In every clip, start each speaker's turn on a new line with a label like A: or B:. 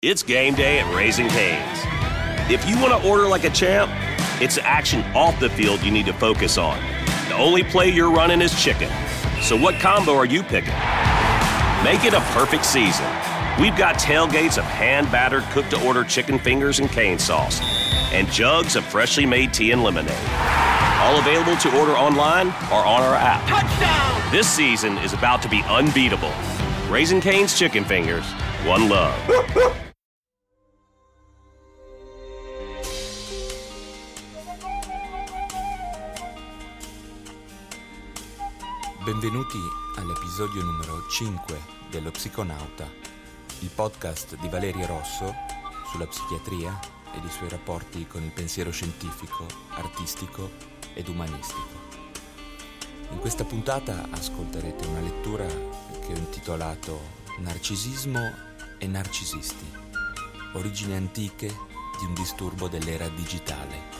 A: It's game day at Raising Cane's. If you want to order like a champ, it's the action off the field you need to focus on. The only play you're running is chicken. So what combo are you picking? Make it a perfect season. We've got tailgates of hand-battered, cooked-to-order chicken fingers and cane sauce, and jugs of freshly made tea and lemonade. All available to order online or on our app. Touchdown! This season is about to be unbeatable. Raising Cane's Chicken Fingers, one love.
B: Benvenuti all'episodio numero 5 dello Psiconauta, il podcast di Valerio Rosso sulla psichiatria ed i suoi rapporti con il pensiero scientifico, artistico ed umanistico. In questa puntata ascolterete una lettura che ho intitolato Narcisismo e narcisisti, origini antiche di un disturbo dell'era digitale.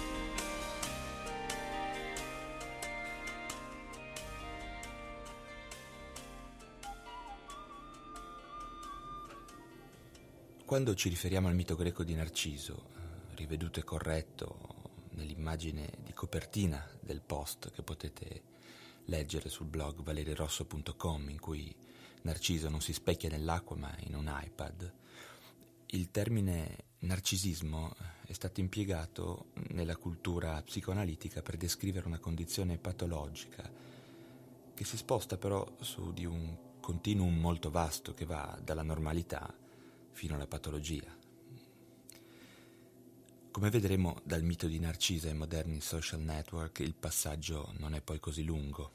B: Quando ci riferiamo al mito greco di Narciso, riveduto e corretto nell'immagine di copertina del post che potete leggere sul blog valerirosso.com, in cui Narciso non si specchia nell'acqua ma in un iPad, il termine narcisismo è stato impiegato nella cultura psicoanalitica per descrivere una condizione patologica che si sposta però su di un continuum molto vasto che va dalla normalità fino alla patologia. Come vedremo dal mito di Narciso ai moderni social network, il passaggio non è poi così lungo.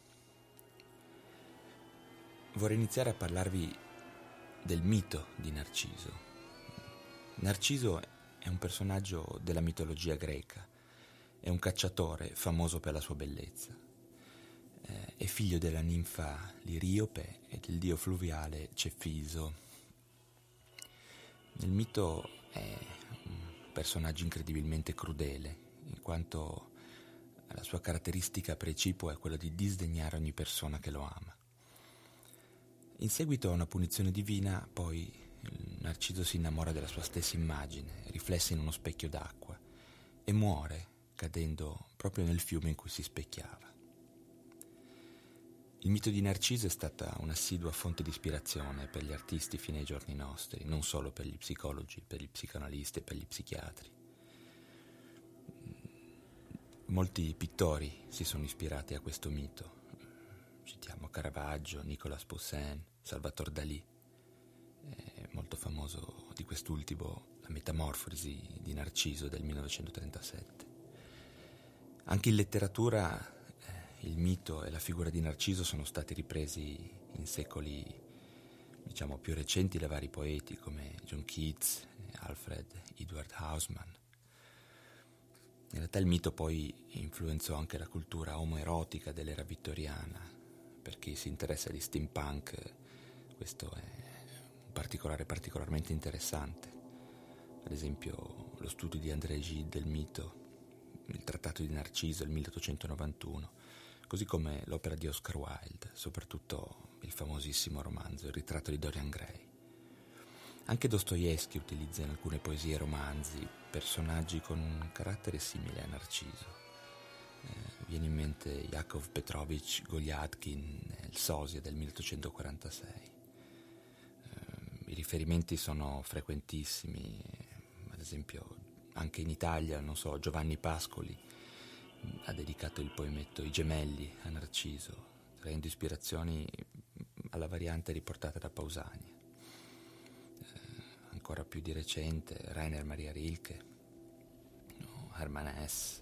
B: Vorrei iniziare a parlarvi del mito di Narciso. Narciso è un personaggio della mitologia greca, è un cacciatore famoso per la sua bellezza. È figlio della ninfa Liriope e del dio fluviale Cefiso. Nel mito è un personaggio incredibilmente crudele, in quanto la sua caratteristica precipua è quella di disdegnare ogni persona che lo ama. In seguito a una punizione divina, poi Narciso si innamora della sua stessa immagine, riflessa in uno specchio d'acqua, e muore cadendo proprio nel fiume in cui si specchiava. Il mito di Narciso è stata un'assidua fonte di ispirazione per gli artisti fino ai giorni nostri, non solo per gli psicologi, per gli psicoanalisti e per gli psichiatri. Molti pittori si sono ispirati a questo mito. Citiamo Caravaggio, Nicolas Poussin, Salvatore Dalì. È molto famoso di quest'ultimo la Metamorfosi di Narciso del 1937. Anche in letteratura il mito e la figura di Narciso sono stati ripresi in secoli, più recenti da vari poeti come John Keats, Alfred Edward Haussmann. In realtà il mito poi influenzò anche la cultura omoerotica dell'era vittoriana. Per chi si interessa di steampunk, questo è un particolare particolarmente interessante. Ad esempio lo studio di André Gide del mito, il trattato di Narciso del 1891, così come l'opera di Oscar Wilde, soprattutto il famosissimo romanzo Il ritratto di Dorian Gray. Anche Dostoevsky utilizza in alcune poesie e romanzi personaggi con un carattere simile a Narciso. Viene in mente Yakov Petrovich Golyadkin, il Sosia del 1846. I riferimenti sono frequentissimi, ad esempio anche in Italia, Giovanni Pascoli ha dedicato il poemetto I gemelli a Narciso, traendo ispirazioni alla variante riportata da Pausania. Ancora più di recente Rainer Maria Rilke, Hermann Hesse.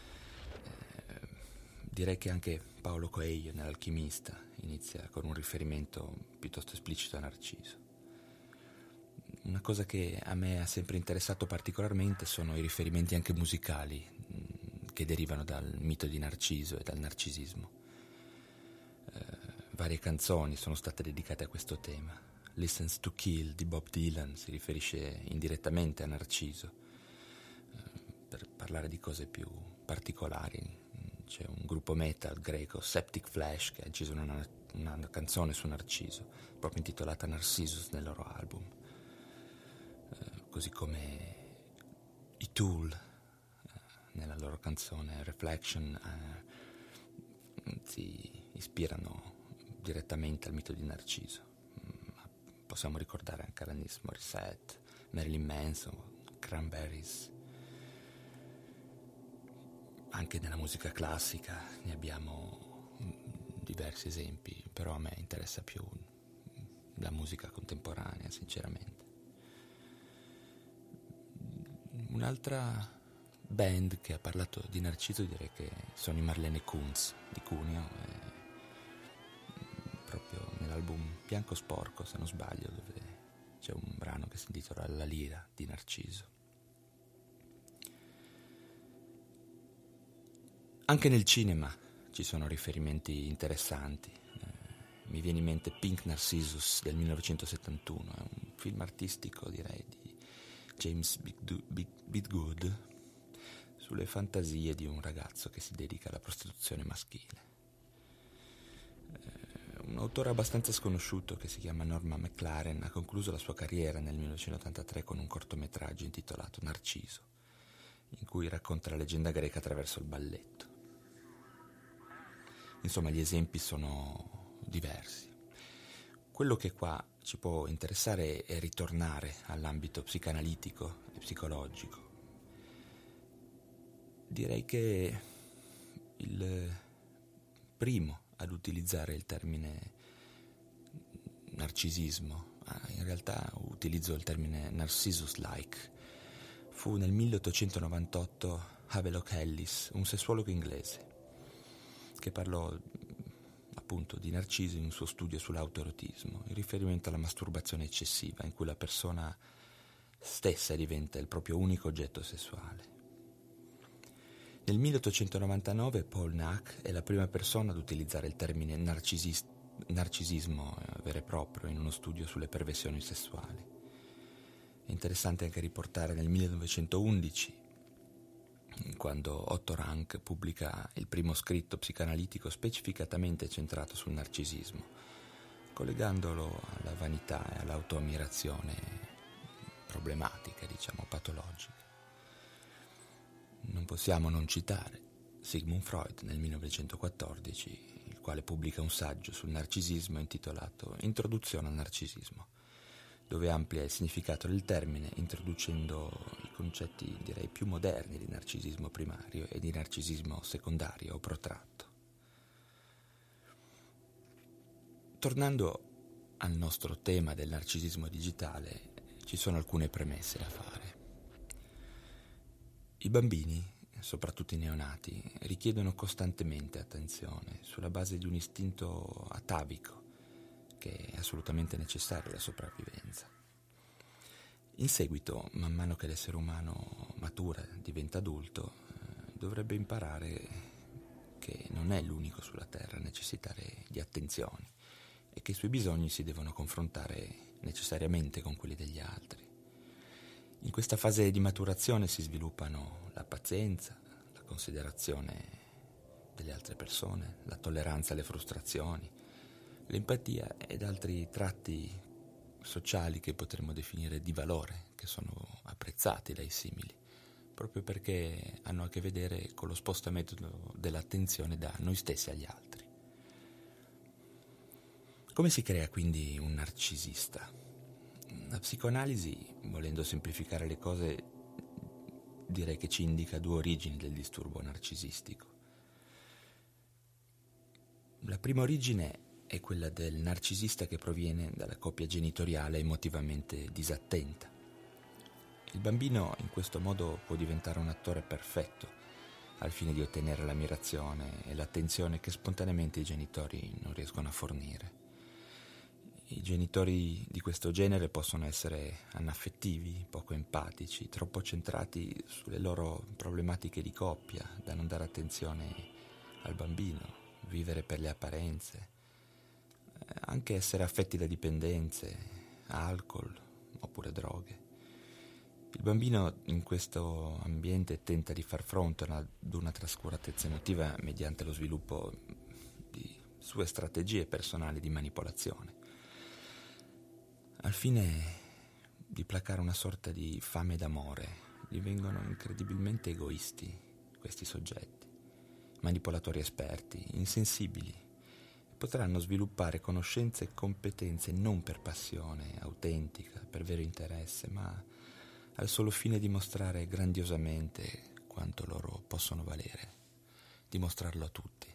B: Direi che anche Paolo Coelho nell'Alchimista inizia con un riferimento piuttosto esplicito a Narciso. Una cosa che a me ha sempre interessato particolarmente sono i riferimenti anche musicali che derivano dal mito di Narciso e dal narcisismo. Varie canzoni sono state dedicate a questo tema. Listens to Kill di Bob Dylan si riferisce indirettamente a Narciso. Per parlare di cose più particolari, c'è un gruppo metal greco, Septic Flesh, che ha inciso una canzone su Narciso, proprio intitolata Narcissus nel loro album. così come i Tool nella loro canzone Reflection si ispirano direttamente al mito di Narciso. Ma possiamo ricordare anche Alanis Morissette, Marilyn Manson, Cranberries. Anche nella musica classica ne abbiamo diversi esempi, però a me interessa più la musica contemporanea, sinceramente. Un'altra band che ha parlato di Narciso direi che sono i Marlene Kunz di Cuneo, proprio nell'album Bianco Sporco, se non sbaglio, dove c'è un brano che si intitola La lira di Narciso. Anche nel cinema ci sono riferimenti interessanti. Mi viene in mente Pink Narcissus del 1971, è un film artistico, direi, di James Bidgood sulle fantasie di un ragazzo che si dedica alla prostituzione maschile. Un autore abbastanza sconosciuto che si chiama Norma McLaren ha concluso la sua carriera nel 1983 con un cortometraggio intitolato Narciso, in cui racconta la leggenda greca attraverso il balletto. Insomma, gli esempi sono diversi. Quello che qua ci può interessare è ritornare all'ambito psicanalitico e psicologico. Direi che il primo ad utilizzare il termine narcisismo, in realtà utilizzo il termine Narcissus-like, fu nel 1898 Havelock Ellis, un sessuologo inglese, che parlò appunto di Narciso in un suo studio sull'autoerotismo, in riferimento alla masturbazione eccessiva, in cui la persona stessa diventa il proprio unico oggetto sessuale. Nel 1899 Paul Nack è la prima persona ad utilizzare il termine narcisismo vero e proprio in uno studio sulle perversioni sessuali. È interessante anche riportare nel 1911, quando Otto Rank pubblica il primo scritto psicanalitico specificatamente centrato sul narcisismo, collegandolo alla vanità e all'autoammirazione problematica, diciamo patologica. Non possiamo non citare Sigmund Freud nel 1914, il quale pubblica un saggio sul narcisismo intitolato Introduzione al narcisismo, dove amplia il significato del termine introducendo i concetti, direi, più moderni di narcisismo primario e di narcisismo secondario o protratto. Tornando al nostro tema del narcisismo digitale, ci sono alcune premesse da fare. I bambini, soprattutto i neonati, richiedono costantemente attenzione sulla base di un istinto atavico che è assolutamente necessario alla sopravvivenza. In seguito, man mano che l'essere umano matura, diventa adulto, dovrebbe imparare che non è l'unico sulla Terra a necessitare di attenzioni e che i suoi bisogni si devono confrontare necessariamente con quelli degli altri. In questa fase di maturazione si sviluppano la pazienza, la considerazione delle altre persone, la tolleranza alle frustrazioni, l'empatia ed altri tratti sociali che potremmo definire di valore, che sono apprezzati dai simili, proprio perché hanno a che vedere con lo spostamento dell'attenzione da noi stessi agli altri. Come si crea quindi un narcisista? La psicoanalisi, volendo semplificare le cose, direi che ci indica due origini del disturbo narcisistico. La prima origine è quella del narcisista che proviene dalla coppia genitoriale emotivamente disattenta. Il bambino in questo modo può diventare un attore perfetto al fine di ottenere l'ammirazione e l'attenzione che spontaneamente i genitori non riescono a fornire. I genitori di questo genere possono essere anaffettivi, poco empatici, troppo centrati sulle loro problematiche di coppia, da non dare attenzione al bambino, vivere per le apparenze, anche essere affetti da dipendenze, alcol oppure droghe. Il bambino in questo ambiente tenta di far fronte ad una trascuratezza emotiva mediante lo sviluppo di sue strategie personali di manipolazione, al fine di placare una sorta di fame d'amore, divengono incredibilmente egoisti questi soggetti, manipolatori esperti, insensibili. Potranno sviluppare conoscenze e competenze non per passione autentica, per vero interesse, ma al solo fine di mostrare grandiosamente quanto loro possono valere, dimostrarlo a tutti.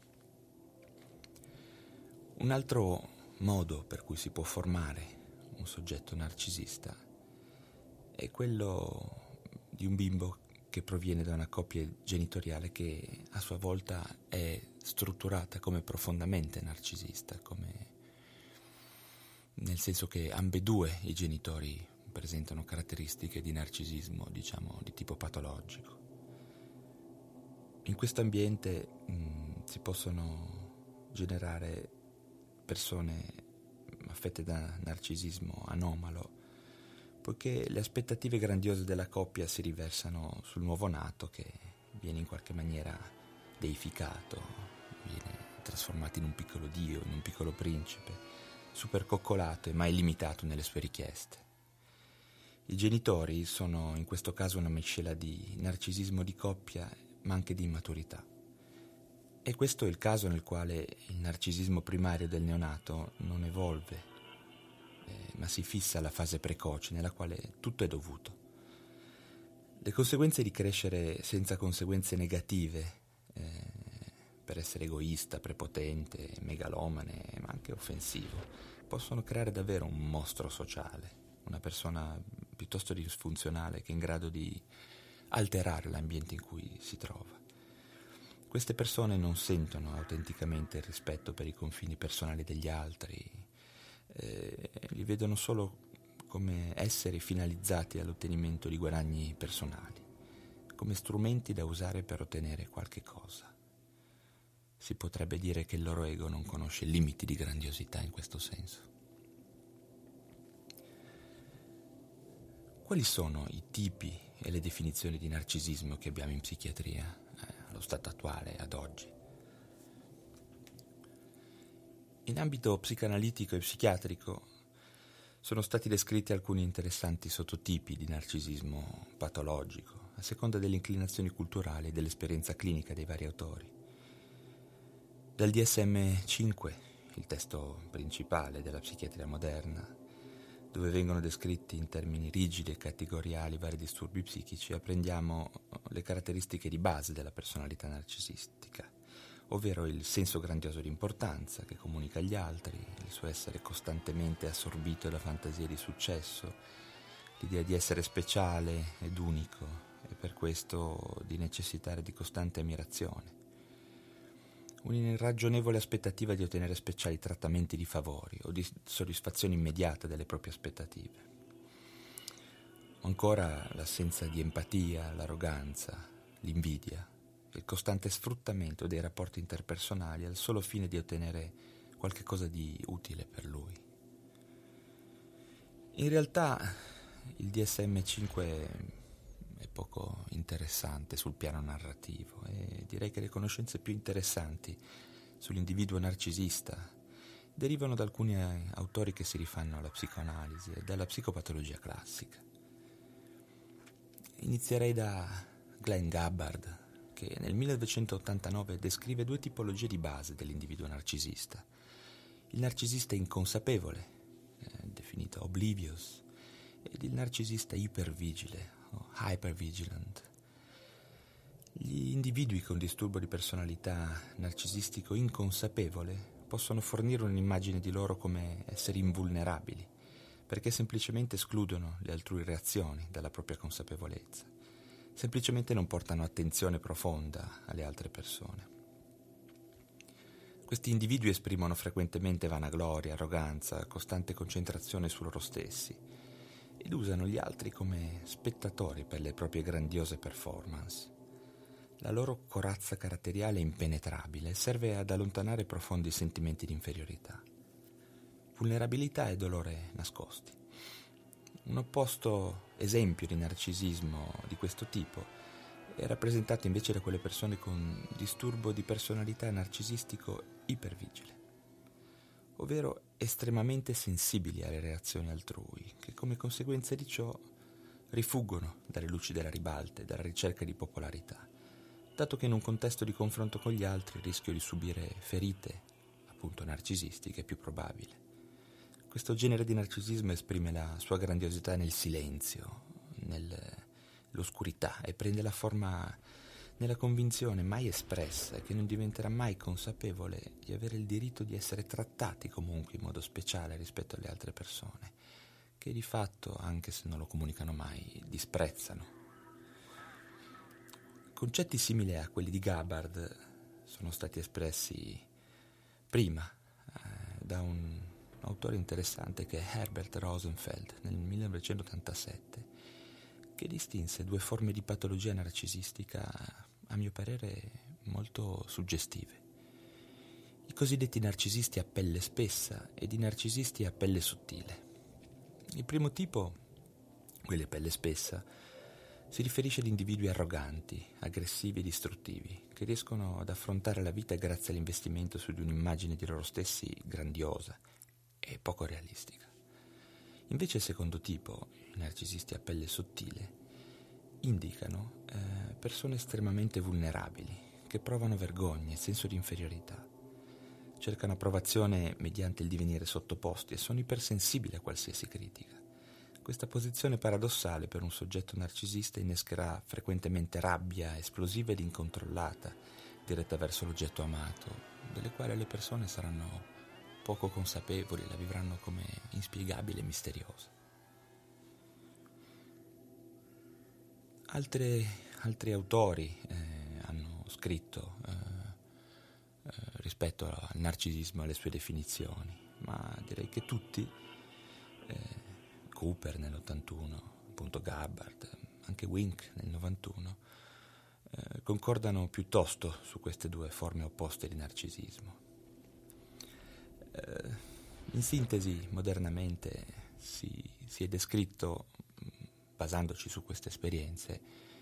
B: Un altro modo per cui si può formare un soggetto narcisista è quello di un bimbo che proviene da una coppia genitoriale che a sua volta è strutturata come profondamente narcisista, nel senso che ambedue i genitori presentano caratteristiche di narcisismo, diciamo, di tipo patologico. In questo ambiente si possono generare persone affette da narcisismo anomalo, poiché le aspettative grandiose della coppia si riversano sul nuovo nato che viene in qualche maniera deificato, viene trasformato in un piccolo dio, in un piccolo principe, super coccolato e mai limitato nelle sue richieste. I genitori sono in questo caso una miscela di narcisismo di coppia ma anche di immaturità. E questo è il caso nel quale il narcisismo primario del neonato non evolve, ma si fissa alla fase precoce nella quale tutto è dovuto. Le conseguenze di crescere senza conseguenze negative, per essere egoista, prepotente, megalomane, ma anche offensivo, possono creare davvero un mostro sociale, una persona piuttosto disfunzionale che è in grado di alterare l'ambiente in cui si trova. Queste persone non sentono autenticamente il rispetto per i confini personali degli altri, li vedono solo come esseri finalizzati all'ottenimento di guadagni personali, come strumenti da usare per ottenere qualche cosa. Si potrebbe dire che il loro ego non conosce limiti di grandiosità in questo senso. Quali sono i tipi e le definizioni di narcisismo che abbiamo in psichiatria allo stato attuale, ad oggi? In ambito psicanalitico e psichiatrico sono stati descritti alcuni interessanti sottotipi di narcisismo patologico, a seconda delle inclinazioni culturali e dell'esperienza clinica dei vari autori. Dal DSM-5, il testo principale della psichiatria moderna, dove vengono descritti in termini rigidi e categoriali vari disturbi psichici, apprendiamo le caratteristiche di base della personalità narcisistica, ovvero il senso grandioso di importanza che comunica agli altri, il suo essere costantemente assorbito da fantasie di successo, l'idea di essere speciale ed unico e per questo di necessitare di costante ammirazione, un'irragionevole aspettativa di ottenere speciali trattamenti di favori o di soddisfazione immediata delle proprie aspettative. Ancora l'assenza di empatia, l'arroganza, l'invidia, il costante sfruttamento dei rapporti interpersonali al solo fine di ottenere qualche cosa di utile per lui. In realtà il DSM-5 è poco interessante sul piano narrativo e direi che le conoscenze più interessanti sull'individuo narcisista derivano da alcuni autori che si rifanno alla psicoanalisi e dalla psicopatologia classica. Inizierei da Glenn Gabbard, che nel 1989 descrive due tipologie di base dell'individuo narcisista. Il narcisista inconsapevole, definito oblivious, ed il narcisista ipervigile o hypervigilant. Gli individui con disturbo di personalità narcisistico inconsapevole possono fornire un'immagine di loro come esseri invulnerabili, perché semplicemente escludono le altrui reazioni dalla propria consapevolezza. Semplicemente non portano attenzione profonda alle altre persone. Questi individui esprimono frequentemente vanagloria, arroganza, costante concentrazione su loro stessi ed usano gli altri come spettatori per le proprie grandiose performance. La loro corazza caratteriale è impenetrabile e serve ad allontanare profondi sentimenti di inferiorità, vulnerabilità e dolore nascosti. Un opposto esempio di narcisismo di questo tipo è rappresentato invece da quelle persone con disturbo di personalità narcisistico ipervigile, ovvero estremamente sensibili alle reazioni altrui, che come conseguenza di ciò rifuggono dalle luci della ribalta e dalla ricerca di popolarità, dato che in un contesto di confronto con gli altri il rischio di subire ferite, appunto narcisistiche, è più probabile. Questo genere di narcisismo esprime la sua grandiosità nel silenzio, nell'oscurità, e prende la forma nella convinzione mai espressa che non diventerà mai consapevole di avere il diritto di essere trattati comunque in modo speciale rispetto alle altre persone, che di fatto, anche se non lo comunicano mai, disprezzano. Concetti simili a quelli di Gabbard sono stati espressi prima da un autore interessante che è Herbert Rosenfeld nel 1987, che distinse due forme di patologia narcisistica, a mio parere, molto suggestive: i cosiddetti narcisisti a pelle spessa ed i narcisisti a pelle sottile. Il primo tipo, quelli a pelle spessa, si riferisce ad individui arroganti, aggressivi e distruttivi, che riescono ad affrontare la vita grazie all'investimento su di un'immagine di loro stessi grandiosa e poco realistica. Invece il secondo tipo, i narcisisti a pelle sottile, indicano persone estremamente vulnerabili, che provano vergogna e senso di inferiorità, cercano approvazione mediante il divenire sottoposti e sono ipersensibili a qualsiasi critica. Questa posizione paradossale per un soggetto narcisista innescherà frequentemente rabbia esplosiva ed incontrollata, diretta verso l'oggetto amato, delle quali le persone saranno poco consapevoli, la vivranno come inspiegabile e misteriosa. Altri autori hanno scritto rispetto al narcisismo e alle sue definizioni, ma direi che tutti, Cooper nell'81, appunto Gabbard, anche Wink nel 91, concordano piuttosto su queste due forme opposte di narcisismo. In sintesi, modernamente si è descritto, basandoci su queste esperienze,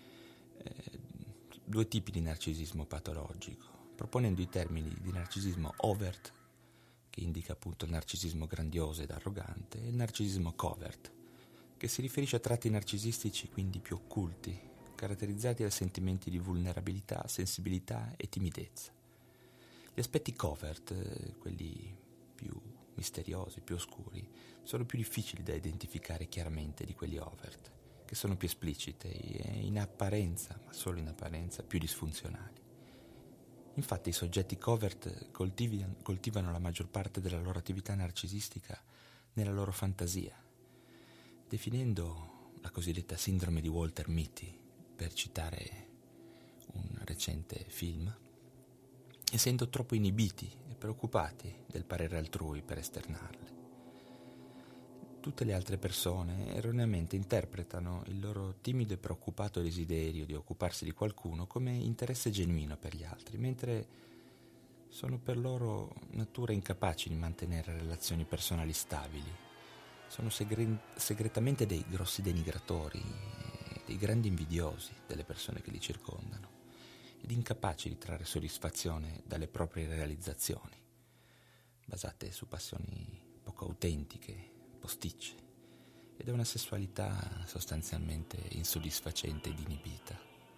B: due tipi di narcisismo patologico, proponendo i termini di narcisismo overt, che indica appunto il narcisismo grandioso ed arrogante, e il narcisismo covert, che si riferisce a tratti narcisistici quindi più occulti, caratterizzati da sentimenti di vulnerabilità, sensibilità e timidezza. Gli aspetti covert, quelli più misteriosi, più oscuri, sono più difficili da identificare chiaramente di quelli overt, che sono più esplicite e in apparenza, ma solo in apparenza, più disfunzionali. Infatti i soggetti covert coltivano la maggior parte della loro attività narcisistica nella loro fantasia, definendo la cosiddetta sindrome di Walter Mitty, per citare un recente film, essendo troppo inibiti e preoccupati del parere altrui per esternarle. Tutte le altre persone erroneamente interpretano il loro timido e preoccupato desiderio di occuparsi di qualcuno come interesse genuino per gli altri, mentre sono per loro natura incapaci di mantenere relazioni personali stabili. Sono segretamente dei grossi denigratori, dei grandi invidiosi delle persone che li circondano, ed incapaci di trarre soddisfazione dalle proprie realizzazioni, basate su passioni poco autentiche, posticce, ed è una sessualità sostanzialmente insoddisfacente ed inibita.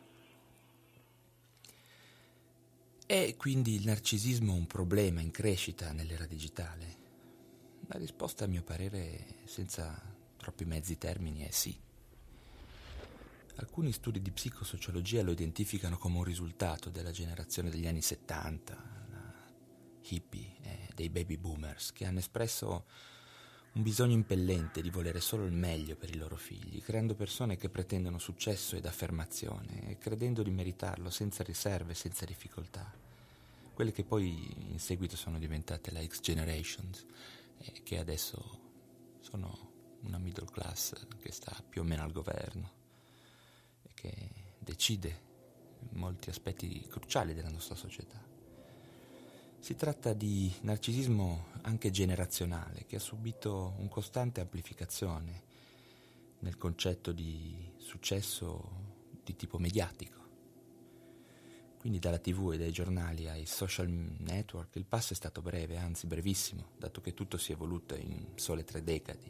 B: È quindi il narcisismo un problema in crescita nell'era digitale? La risposta, a mio parere, senza troppi mezzi termini, è sì. Alcuni studi di psicosociologia lo identificano come un risultato della generazione degli anni 70, la hippie e dei baby boomers, che hanno espresso un bisogno impellente di volere solo il meglio per i loro figli, creando persone che pretendono successo ed affermazione e credendo di meritarlo senza riserve, senza difficoltà. Quelle che poi in seguito sono diventate la X Generations e che adesso sono una middle class che sta più o meno al governo e che decide molti aspetti cruciali della nostra società. Si tratta di narcisismo anche generazionale, che ha subito un costante amplificazione nel concetto di successo di tipo mediatico. Quindi dalla TV e dai giornali ai social network il passo è stato breve, anzi brevissimo, dato che tutto si è evoluto in sole 3 decadi.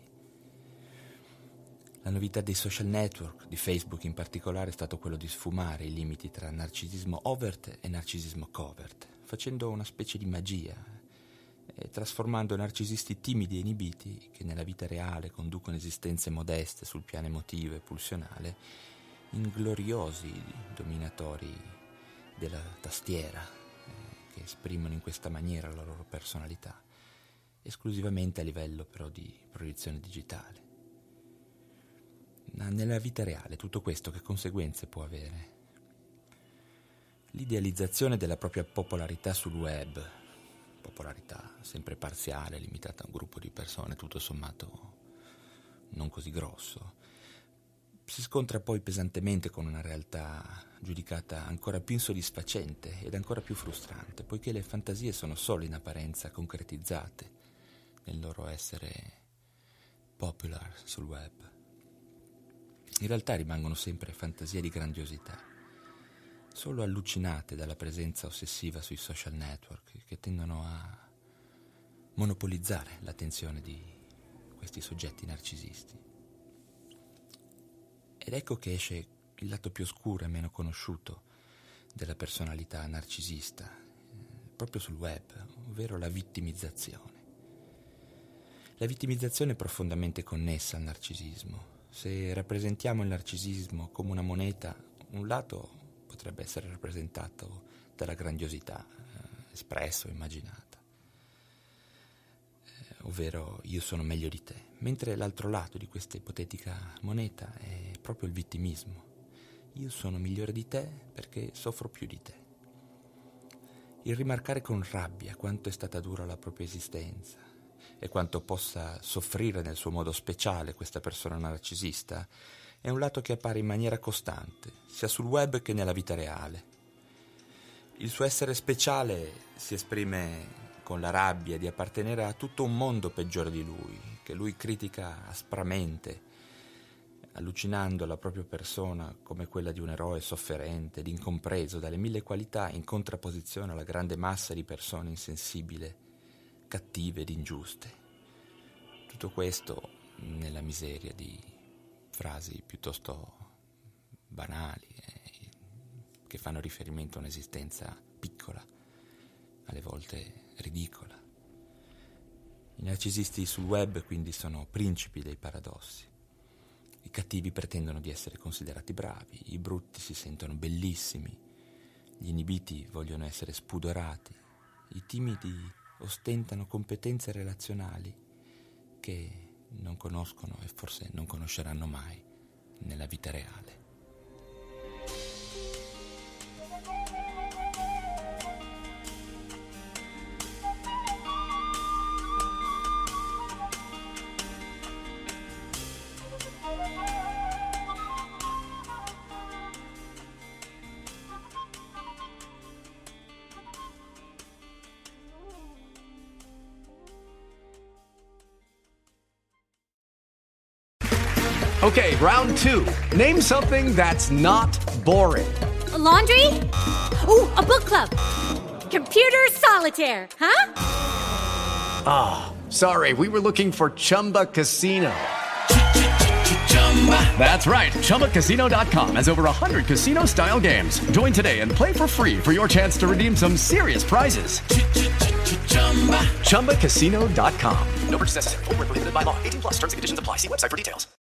B: La novità dei social network, di Facebook in particolare, è stato quello di sfumare i limiti tra narcisismo overt e narcisismo covert, facendo una specie di magia e trasformando narcisisti timidi e inibiti, che nella vita reale conducono esistenze modeste sul piano emotivo e pulsionale, in gloriosi dominatori della tastiera, che esprimono in questa maniera la loro personalità, esclusivamente a livello però di proiezione digitale. Ma nella vita reale tutto questo che conseguenze può avere? L'idealizzazione della propria popolarità sul web, popolarità sempre parziale, limitata a un gruppo di persone tutto sommato non così grosso, si scontra poi pesantemente con una realtà giudicata ancora più insoddisfacente ed ancora più frustrante, poiché le fantasie sono solo in apparenza concretizzate nel loro essere popular sul web. In realtà rimangono sempre fantasie di grandiosità, solo allucinate dalla presenza ossessiva sui social network, che tendono a monopolizzare l'attenzione di questi soggetti narcisisti. Ed ecco che esce il lato più oscuro e meno conosciuto della personalità narcisista, proprio sul web, ovvero la vittimizzazione. La vittimizzazione è profondamente connessa al narcisismo. Se rappresentiamo il narcisismo come una moneta, un lato potrebbe essere rappresentato dalla grandiosità espressa o immaginata, ovvero io sono meglio di te, mentre l'altro lato di questa ipotetica moneta è proprio il vittimismo. Io sono migliore di te perché soffro più di te. Il rimarcare con rabbia quanto è stata dura la propria esistenza e quanto possa soffrire nel suo modo speciale questa persona narcisista è un lato che appare in maniera costante, sia sul web che nella vita reale. Il suo essere speciale si esprime con la rabbia di appartenere a tutto un mondo peggiore di lui, che lui critica aspramente, allucinando la propria persona come quella di un eroe sofferente ed incompreso dalle 1000 qualità in contrapposizione alla grande massa di persone insensibili, cattive ed ingiuste. Tutto questo nella miseria di frasi piuttosto banali che fanno riferimento a un'esistenza piccola, alle volte ridicola. I narcisisti sul web quindi sono principi dei paradossi. I cattivi pretendono di essere considerati bravi, i brutti si sentono bellissimi, gli inibiti vogliono essere spudorati, i timidi ostentano competenze relazionali che non conoscono e forse non conosceranno mai nella vita reale.
C: Okay, round 2. Name something that's not boring.
D: A laundry? Ooh, a book club. Computer solitaire, huh?
C: Ah, sorry, we were looking for Chumba Casino. That's right, ChumbaCasino.com has over 100 casino-style games. Join today and play for free for your chance to redeem some serious prizes. ChumbaCasino.com. No purchase necessary. Void where prohibited by law. 18+ terms and conditions apply. See website for details.